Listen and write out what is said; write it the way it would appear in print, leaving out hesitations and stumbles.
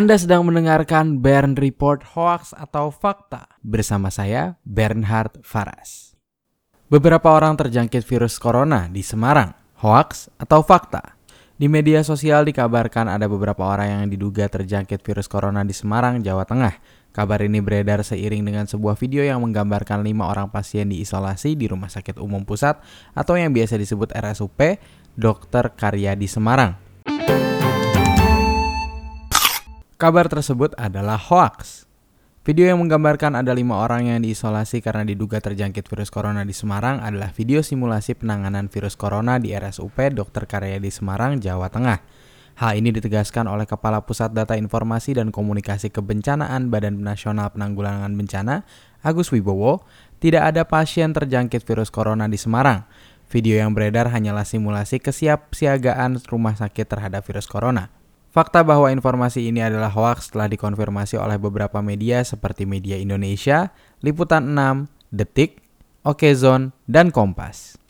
Anda sedang mendengarkan Bern Report Hoax atau Fakta bersama saya, Bernhard Faras. Beberapa orang terjangkit virus corona di Semarang, hoax atau fakta? Di media sosial dikabarkan ada beberapa orang yang diduga terjangkit virus corona di Semarang, Jawa Tengah. Kabar ini beredar seiring dengan sebuah video yang menggambarkan 5 orang pasien diisolasi di Rumah Sakit Umum Pusat atau yang biasa disebut RSUP Dr. Karyadi Semarang. Kabar tersebut adalah hoax. Video yang menggambarkan ada 5 orang yang diisolasi karena diduga terjangkit virus corona di Semarang adalah video simulasi penanganan virus corona di RSUP Dr. Karyadi Semarang, Jawa Tengah. Hal ini ditegaskan oleh Kepala Pusat Data Informasi dan Komunikasi Kebencanaan Badan Nasional Penanggulangan Bencana, Agus Wibowo, tidak ada pasien terjangkit virus corona di Semarang. Video yang beredar hanyalah simulasi kesiapsiagaan rumah sakit terhadap virus corona. Fakta bahwa informasi ini adalah hoaks telah dikonfirmasi oleh beberapa media seperti Media Indonesia, Liputan 6, Detik, Okezone, dan Kompas.